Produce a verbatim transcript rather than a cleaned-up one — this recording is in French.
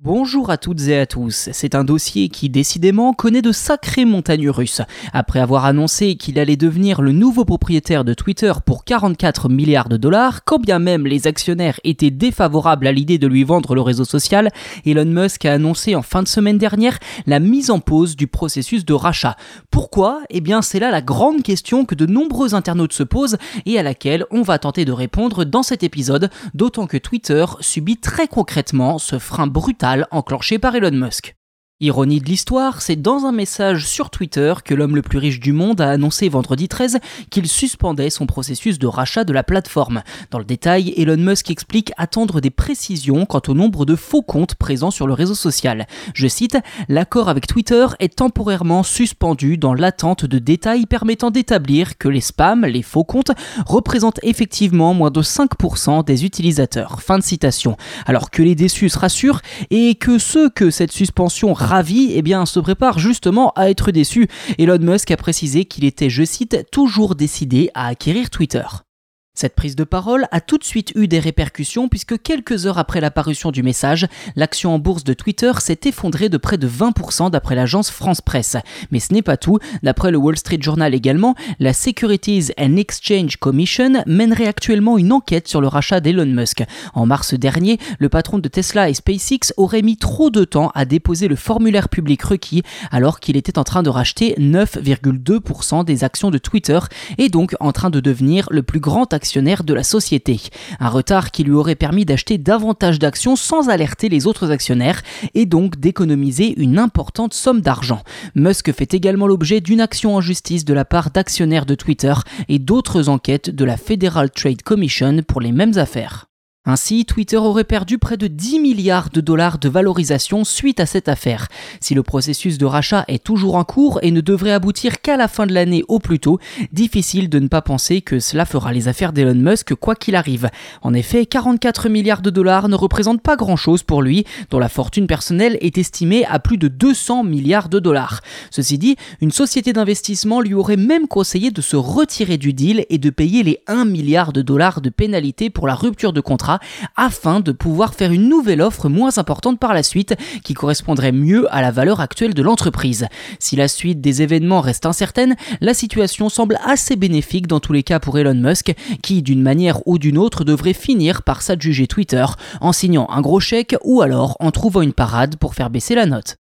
Bonjour à toutes et à tous, c'est un dossier qui décidément connaît de sacrées montagnes russes. Après avoir annoncé qu'il allait devenir le nouveau propriétaire de Twitter pour quarante-quatre milliards de dollars, quand bien même les actionnaires étaient défavorables à l'idée de lui vendre le réseau social, Elon Musk a annoncé en fin de semaine dernière la mise en pause du processus de rachat. Pourquoi ? Eh bien c'est là la grande question que de nombreux internautes se posent et à laquelle on va tenter de répondre dans cet épisode, d'autant que Twitter subit très concrètement ce frein brutal enclenché par Elon Musk. Ironie de l'histoire, c'est dans un message sur Twitter que l'homme le plus riche du monde a annoncé vendredi treize qu'il suspendait son processus de rachat de la plateforme. Dans le détail, Elon Musk explique attendre des précisions quant au nombre de faux comptes présents sur le réseau social. Je cite, « L'accord avec Twitter est temporairement suspendu dans l'attente de détails permettant d'établir que les spams, les faux comptes, représentent effectivement moins de cinq pour cent des utilisateurs. » Fin de citation. Alors que les déçus se rassurent et que ceux que cette suspension ravi, eh bien, se prépare justement à être déçu. Elon Musk a précisé qu'il était, je cite, toujours décidé à acquérir Twitter. Cette prise de parole a tout de suite eu des répercussions puisque quelques heures après la parution du message, l'action en bourse de Twitter s'est effondrée de près de vingt pour cent d'après l'agence France Presse. Mais ce n'est pas tout, d'après le Wall Street Journal également, la Securities and Exchange Commission mènerait actuellement une enquête sur le rachat d'Elon Musk. En mars dernier, le patron de Tesla et SpaceX aurait mis trop de temps à déposer le formulaire public requis alors qu'il était en train de racheter neuf virgule deux pour cent des actions de Twitter et donc en train de devenir le plus grand actionnaire actionnaire de la société. Un retard qui lui aurait permis d'acheter davantage d'actions sans alerter les autres actionnaires et donc d'économiser une importante somme d'argent. Musk fait également l'objet d'une action en justice de la part d'actionnaires de Twitter et d'autres enquêtes de la Federal Trade Commission pour les mêmes affaires. Ainsi, Twitter aurait perdu près de dix milliards de dollars de valorisation suite à cette affaire. Si le processus de rachat est toujours en cours et ne devrait aboutir qu'à la fin de l'année au plus tôt, difficile de ne pas penser que cela fera les affaires d'Elon Musk quoi qu'il arrive. En effet, quarante-quatre milliards de dollars ne représentent pas grand-chose pour lui, dont la fortune personnelle est estimée à plus de deux cents milliards de dollars. Ceci dit, une société d'investissement lui aurait même conseillé de se retirer du deal et de payer les un milliard de dollars de pénalité pour la rupture de contrat afin de pouvoir faire une nouvelle offre moins importante par la suite qui correspondrait mieux à la valeur actuelle de l'entreprise. Si la suite des événements reste incertaine, la situation semble assez bénéfique dans tous les cas pour Elon Musk qui, d'une manière ou d'une autre, devrait finir par s'adjuger Twitter en signant un gros chèque ou alors en trouvant une parade pour faire baisser la note.